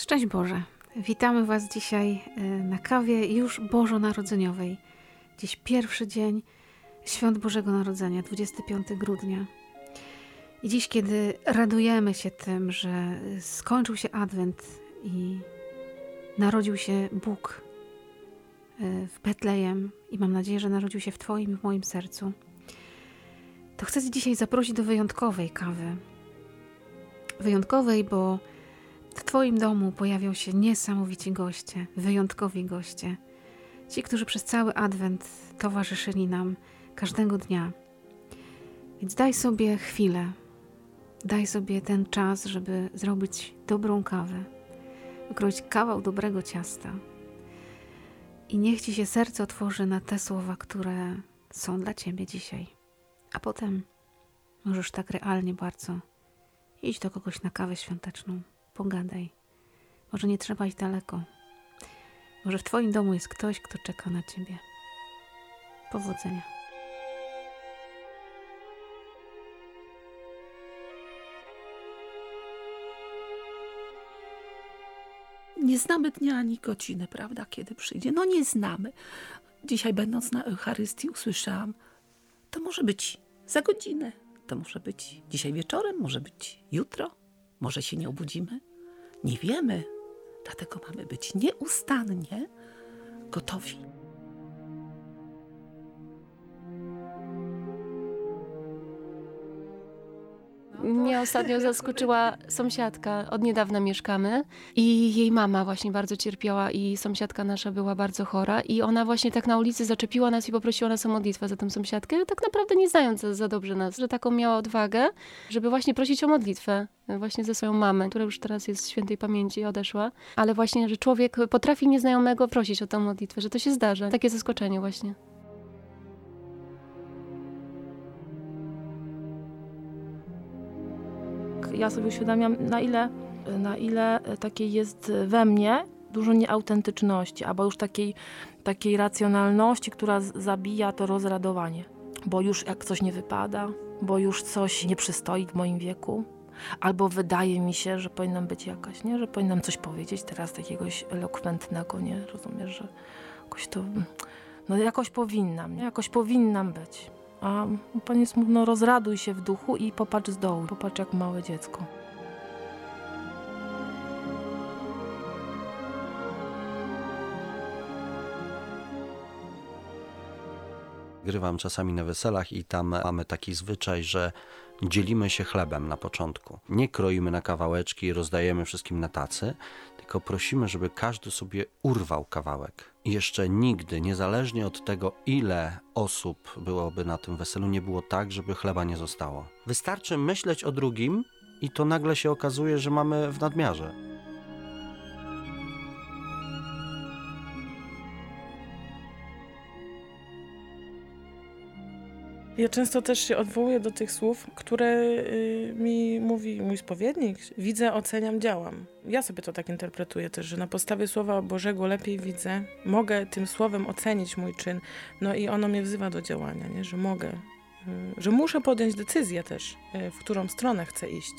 Szczęść Boże! Witamy Was dzisiaj na kawie już bożonarodzeniowej. Dziś pierwszy dzień Świąt Bożego Narodzenia, 25 grudnia. I dziś, kiedy radujemy się tym, że skończył się Adwent i narodził się Bóg w Betlejem i mam nadzieję, że narodził się w Twoim i w moim sercu, to chcę Cię dzisiaj zaprosić do wyjątkowej kawy. Wyjątkowej, bo w Twoim domu pojawią się niesamowici goście, wyjątkowi goście. Ci, którzy przez cały Adwent towarzyszyli nam każdego dnia. Więc daj sobie chwilę, daj sobie ten czas, żeby zrobić dobrą kawę, ukroić kawał dobrego ciasta. I niech Ci się serce otworzy na te słowa, które są dla Ciebie dzisiaj. A potem możesz tak realnie bardzo iść do kogoś na kawę świąteczną. Pogadaj. Może nie trzeba iść daleko. Może w Twoim domu jest ktoś, kto czeka na Ciebie. Powodzenia. Nie znamy dnia ani godziny, prawda, kiedy przyjdzie. No nie znamy. Dzisiaj będąc na Eucharystii usłyszałam, to może być za godzinę, to może być dzisiaj wieczorem, może być jutro, może się nie obudzimy. Nie wiemy, dlatego mamy być nieustannie gotowi. Mnie ostatnio zaskoczyła sąsiadka. Od niedawna mieszkamy i jej mama właśnie bardzo cierpiała i sąsiadka nasza była bardzo chora i ona właśnie tak na ulicy zaczepiła nas i poprosiła nas o modlitwę za tę sąsiadkę, tak naprawdę nie znając za dobrze nas, że taką miała odwagę, żeby właśnie prosić o modlitwę właśnie za swoją mamę, która już teraz jest świętej pamięci i odeszła, ale właśnie, że człowiek potrafi nieznajomego prosić o tę modlitwę, że to się zdarza. Takie zaskoczenie właśnie. Ja sobie uświadamiam, na ile takiej jest we mnie dużo nieautentyczności, albo już takiej racjonalności, która zabija to rozradowanie. Bo już jak coś nie wypada, bo już coś nie przystoi w moim wieku, albo wydaje mi się, że powinnam być jakaś, nie? Że powinnam coś powiedzieć teraz takiegoś elokwentnego, nie? Rozumiesz, że jakoś to, no jakoś powinnam, nie? Jakoś powinnam być. A Pan Jezus mówi, no rozraduj się w duchu i popatrz z dołu, popatrz jak małe dziecko. Grywam czasami na weselach i tam mamy taki zwyczaj, że dzielimy się chlebem na początku. Nie kroimy na kawałeczki i rozdajemy wszystkim na tacy, tylko prosimy, żeby każdy sobie urwał kawałek. I jeszcze nigdy, niezależnie od tego, ile osób byłoby na tym weselu, nie było tak, żeby chleba nie zostało. Wystarczy myśleć o drugim i to nagle się okazuje, że mamy w nadmiarze. Ja często też się odwołuję do tych słów, które mi mówi mój spowiednik. Widzę, oceniam, działam. Ja sobie to tak interpretuję też, że na podstawie Słowa Bożego lepiej widzę, mogę tym słowem ocenić mój czyn, no i ono mnie wzywa do działania, nie? Że mogę, że muszę podjąć decyzję też, w którą stronę chcę iść.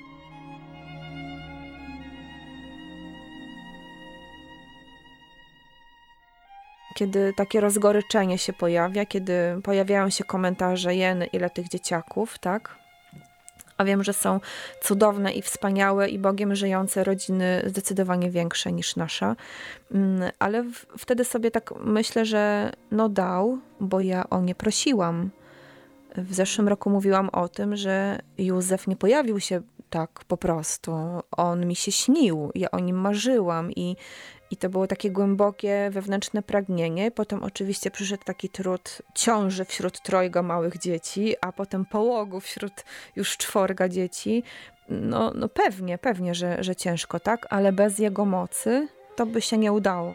Kiedy takie rozgoryczenie się pojawia, kiedy pojawiają się komentarze, jeny, ile tych dzieciaków, tak? A wiem, że są cudowne i wspaniałe i Bogiem żyjące rodziny zdecydowanie większe niż nasza. Ale wtedy sobie tak myślę, że no dał, bo ja o nie prosiłam. W zeszłym roku mówiłam o tym, że Józef nie pojawił się tak po prostu. On mi się śnił, ja o nim marzyłam i to było takie głębokie wewnętrzne pragnienie. Potem oczywiście przyszedł taki trud ciąży wśród 3 małych dzieci, a potem połogu wśród już 4 dzieci. No pewnie, że ciężko, tak? Ale bez jego mocy to by się nie udało.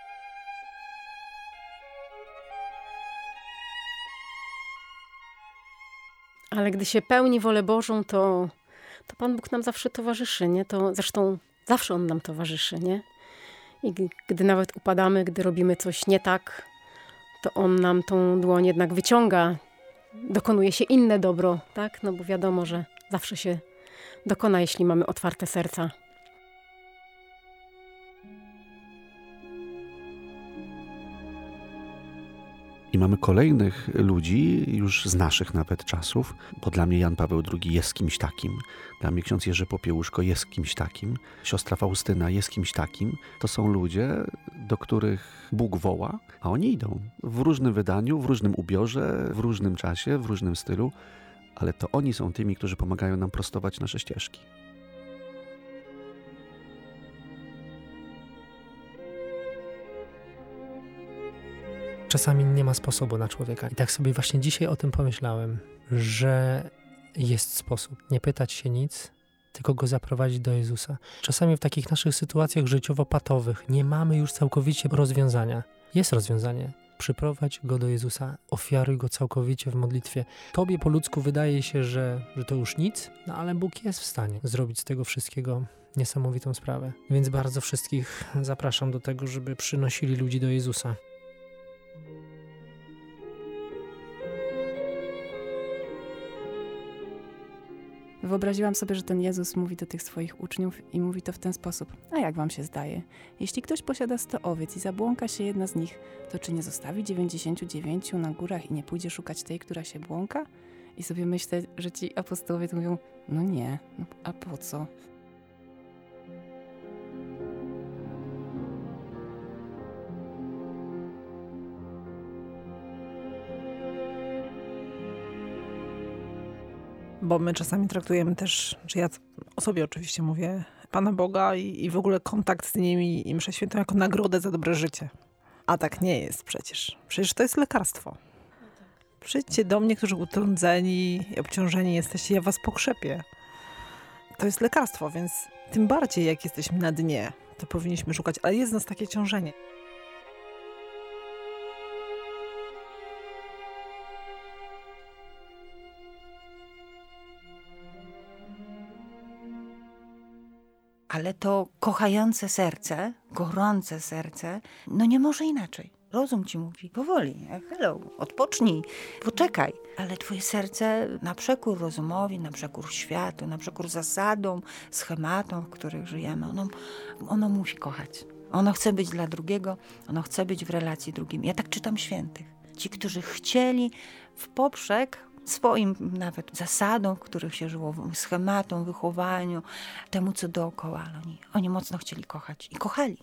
Ale gdy się pełni wolę Bożą, to Pan Bóg nam zawsze towarzyszy, nie? To zresztą zawsze On nam towarzyszy, nie? I gdy nawet upadamy, gdy robimy coś nie tak, to On nam tą dłoń jednak wyciąga. Dokonuje się inne dobro, tak? No bo wiadomo, że zawsze się dokona, jeśli mamy otwarte serca. I mamy kolejnych ludzi, już z naszych nawet czasów, bo dla mnie Jan Paweł II jest kimś takim, dla mnie ksiądz Jerzy Popiełuszko jest kimś takim, siostra Faustyna jest kimś takim. To są ludzie, do których Bóg woła, a oni idą w różnym wydaniu, w różnym ubiorze, w różnym czasie, w różnym stylu, ale to oni są tymi, którzy pomagają nam prostować nasze ścieżki. Czasami nie ma sposobu na człowieka. I tak sobie właśnie dzisiaj o tym pomyślałem, że jest sposób. Nie pytać się nic, tylko go zaprowadzić do Jezusa. Czasami w takich naszych sytuacjach życiowo-patowych nie mamy już całkowicie rozwiązania. Jest rozwiązanie. Przyprowadź go do Jezusa, ofiaruj go całkowicie w modlitwie. Tobie po ludzku wydaje się, że to już nic, no ale Bóg jest w stanie zrobić z tego wszystkiego niesamowitą sprawę. Więc bardzo wszystkich zapraszam do tego, żeby przynosili ludzi do Jezusa. Wyobraziłam sobie, że ten Jezus mówi do tych swoich uczniów i mówi to w ten sposób. A jak wam się zdaje? Jeśli ktoś posiada 100 owiec i zabłąka się jedna z nich, to czy nie zostawi 99 na górach i nie pójdzie szukać tej, która się błąka? I sobie myślę, że ci apostołowie to mówią, no nie, no, a po co? Bo my czasami traktujemy też, że ja o sobie oczywiście mówię, Pana Boga i w ogóle kontakt z nimi i mszę świętą jako nagrodę za dobre życie. A tak nie jest przecież. Przecież to jest lekarstwo. Przyjdźcie do mnie, którzy utrądzeni i obciążeni jesteście, ja was pokrzepię. To jest lekarstwo, więc tym bardziej jak jesteśmy na dnie, to powinniśmy szukać, ale jest w nas takie ciążenie. Ale to kochające serce, gorące serce, no nie może inaczej. Rozum ci mówi, powoli, hello, odpocznij, poczekaj. Ale twoje serce na przekór rozumowi, na przekór światu, na przekór zasadom, schematom, w których żyjemy, ono musi kochać. Ono chce być dla drugiego, ono chce być w relacji drugim. Ja tak czytam świętych. Ci, którzy chcieli w poprzek swoim nawet zasadom, w których się żyło, schematom, wychowaniu, temu, co dookoła. Oni mocno chcieli kochać i kochali.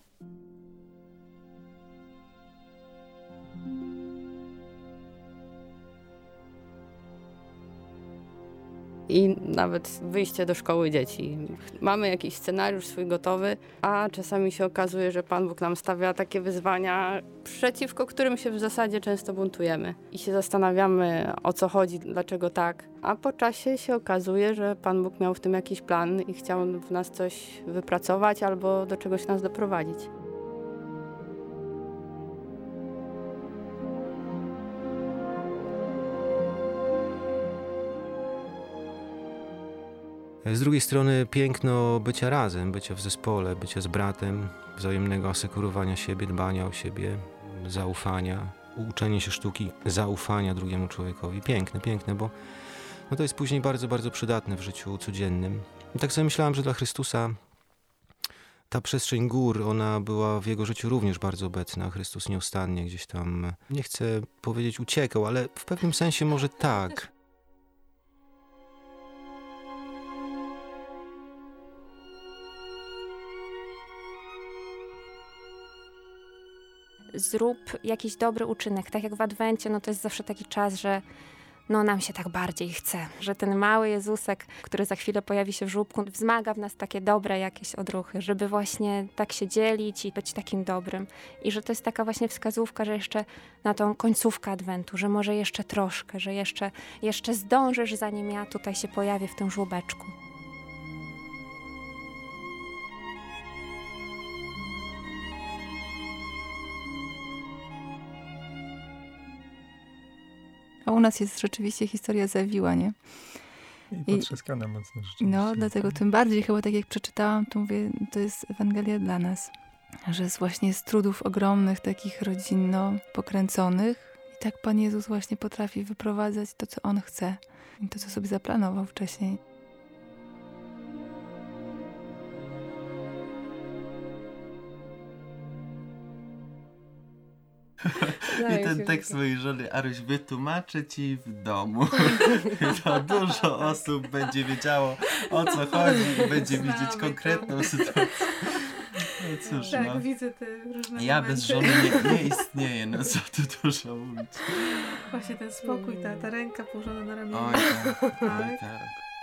I nawet wyjście do szkoły dzieci. Mamy jakiś scenariusz swój gotowy, a czasami się okazuje, że Pan Bóg nam stawia takie wyzwania, przeciwko którym się w zasadzie często buntujemy. I się zastanawiamy, o co chodzi, dlaczego tak. A po czasie się okazuje, że Pan Bóg miał w tym jakiś plan i chciał w nas coś wypracować albo do czegoś nas doprowadzić. Z drugiej strony piękno bycia razem, bycia w zespole, bycia z bratem, wzajemnego asekurowania siebie, dbania o siebie, zaufania, uczenie się sztuki zaufania drugiemu człowiekowi. Piękne, bo no to jest później bardzo, bardzo przydatne w życiu codziennym. I tak sobie myślałem, że dla Chrystusa ta przestrzeń gór, ona była w jego życiu również bardzo obecna. Chrystus nieustannie gdzieś tam, nie chcę powiedzieć uciekał, ale w pewnym sensie może tak. Zrób jakiś dobry uczynek. Tak jak w Adwencie, no to jest zawsze taki czas, że no nam się tak bardziej chce. Że ten mały Jezusek, który za chwilę pojawi się w żłóbku, wzmaga w nas takie dobre jakieś odruchy, żeby właśnie tak się dzielić i być takim dobrym. I że to jest taka właśnie wskazówka, że jeszcze na tą końcówkę Adwentu, że może jeszcze troszkę, że jeszcze zdążysz, zanim ja tutaj się pojawię w tym żłobeczku. A u nas jest rzeczywiście historia zawiła, nie? I potrzaskana mocno rzeczywiście. No, dlatego tym bardziej chyba tak jak przeczytałam, to mówię, to jest Ewangelia dla nas. Że właśnie z trudów ogromnych, takich rodzinno pokręconych i tak Pan Jezus właśnie potrafi wyprowadzać to, co On chce. I to, co sobie zaplanował wcześniej. I ten tekst mojej żony: Aruś, wytłumaczę ci w domu. To dużo osób będzie wiedziało, o co chodzi i będzie widzieć konkretną sytuację. No cóż, tak, no. widzę te różne Ja momenty. bez żony nie istnieję, no co tu dużo mówić. Właśnie ten spokój, ta ręka położona na ramieniu. Oj tak.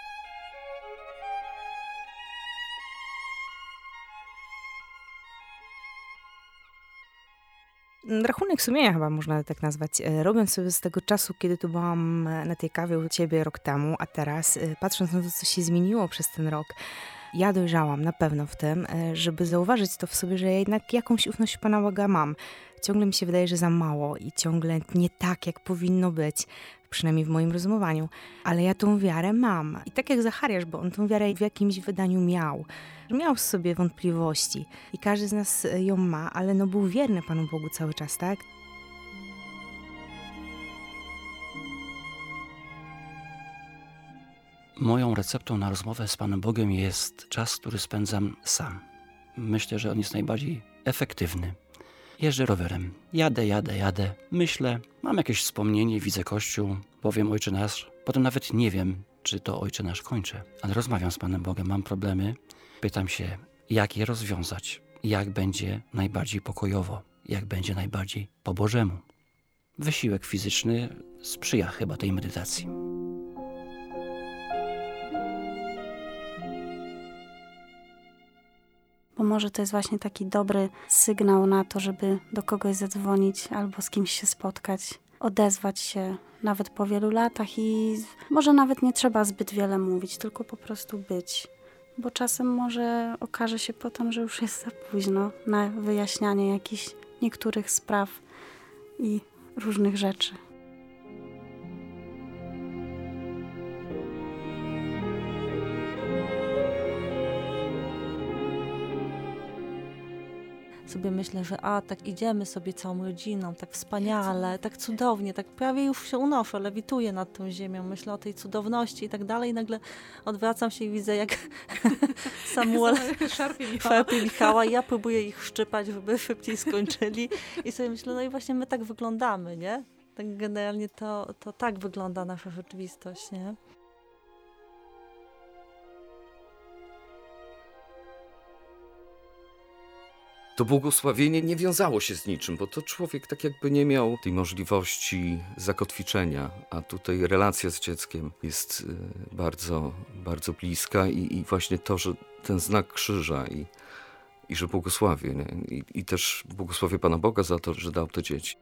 Rachunek sumienia chyba można tak nazwać. Robiąc sobie z tego czasu, kiedy tu byłam na tej kawie u ciebie rok temu, a teraz patrząc na to, co się zmieniło przez ten rok, ja dojrzałam na pewno w tym, żeby zauważyć to w sobie, że ja jednak jakąś ufność w Pana Boga mam. Ciągle mi się wydaje, że za mało i ciągle nie tak, jak powinno być, przynajmniej w moim rozumowaniu. Ale ja tą wiarę mam. I tak jak Zachariasz, bo on tą wiarę w jakimś wydaniu miał. Miał w sobie wątpliwości i każdy z nas ją ma, ale no był wierny Panu Bogu cały czas, tak? Moją receptą na rozmowę z Panem Bogiem jest czas, który spędzam sam. Myślę, że on jest najbardziej efektywny. Jeżdżę rowerem. Jadę. Myślę, mam jakieś wspomnienie, widzę Kościół, powiem Ojcze Nasz. Potem nawet nie wiem, czy to Ojcze Nasz kończę. Ale rozmawiam z Panem Bogiem, mam problemy. Pytam się, jak je rozwiązać. Jak będzie najbardziej pokojowo. Jak będzie najbardziej po Bożemu. Wysiłek fizyczny sprzyja chyba tej medytacji. Bo może to jest właśnie taki dobry sygnał na to, żeby do kogoś zadzwonić albo z kimś się spotkać, odezwać się nawet po wielu latach i może nawet nie trzeba zbyt wiele mówić, tylko po prostu być. Bo czasem może okaże się potem, że już jest za późno na wyjaśnianie jakichś niektórych spraw i różnych rzeczy. Sobie myślę, że tak idziemy sobie całą rodziną, tak wspaniale, tak cudownie, tak prawie już się unoszę, lewituję nad tą ziemią, myślę o tej cudowności i tak dalej i nagle odwracam się i widzę, jak Samuel szarpie Michała i ja próbuję ich szczypać, żeby szybciej skończyli i sobie myślę, no i właśnie my tak wyglądamy, nie? Tak generalnie to tak wygląda nasza rzeczywistość, nie? To błogosławienie nie wiązało się z niczym, bo to człowiek tak jakby nie miał tej możliwości zakotwiczenia, a tutaj relacja z dzieckiem jest bardzo, bardzo bliska i właśnie to, że ten znak krzyża i że błogosławię, nie? I też błogosławię Pana Boga za to, że dał te dzieci.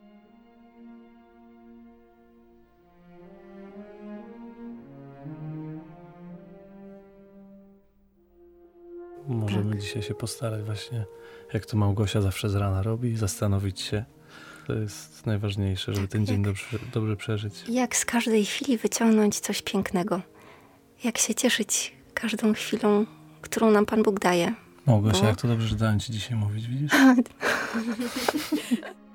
Możemy dzisiaj się postarać właśnie, jak to Małgosia zawsze z rana robi, zastanowić się. To jest najważniejsze, żeby ten dzień dobrze przeżyć. Jak z każdej chwili wyciągnąć coś pięknego. Jak się cieszyć każdą chwilą, którą nam Pan Bóg daje. Małgosia, jak to dobrze, że dałem ci dzisiaj mówić, widzisz?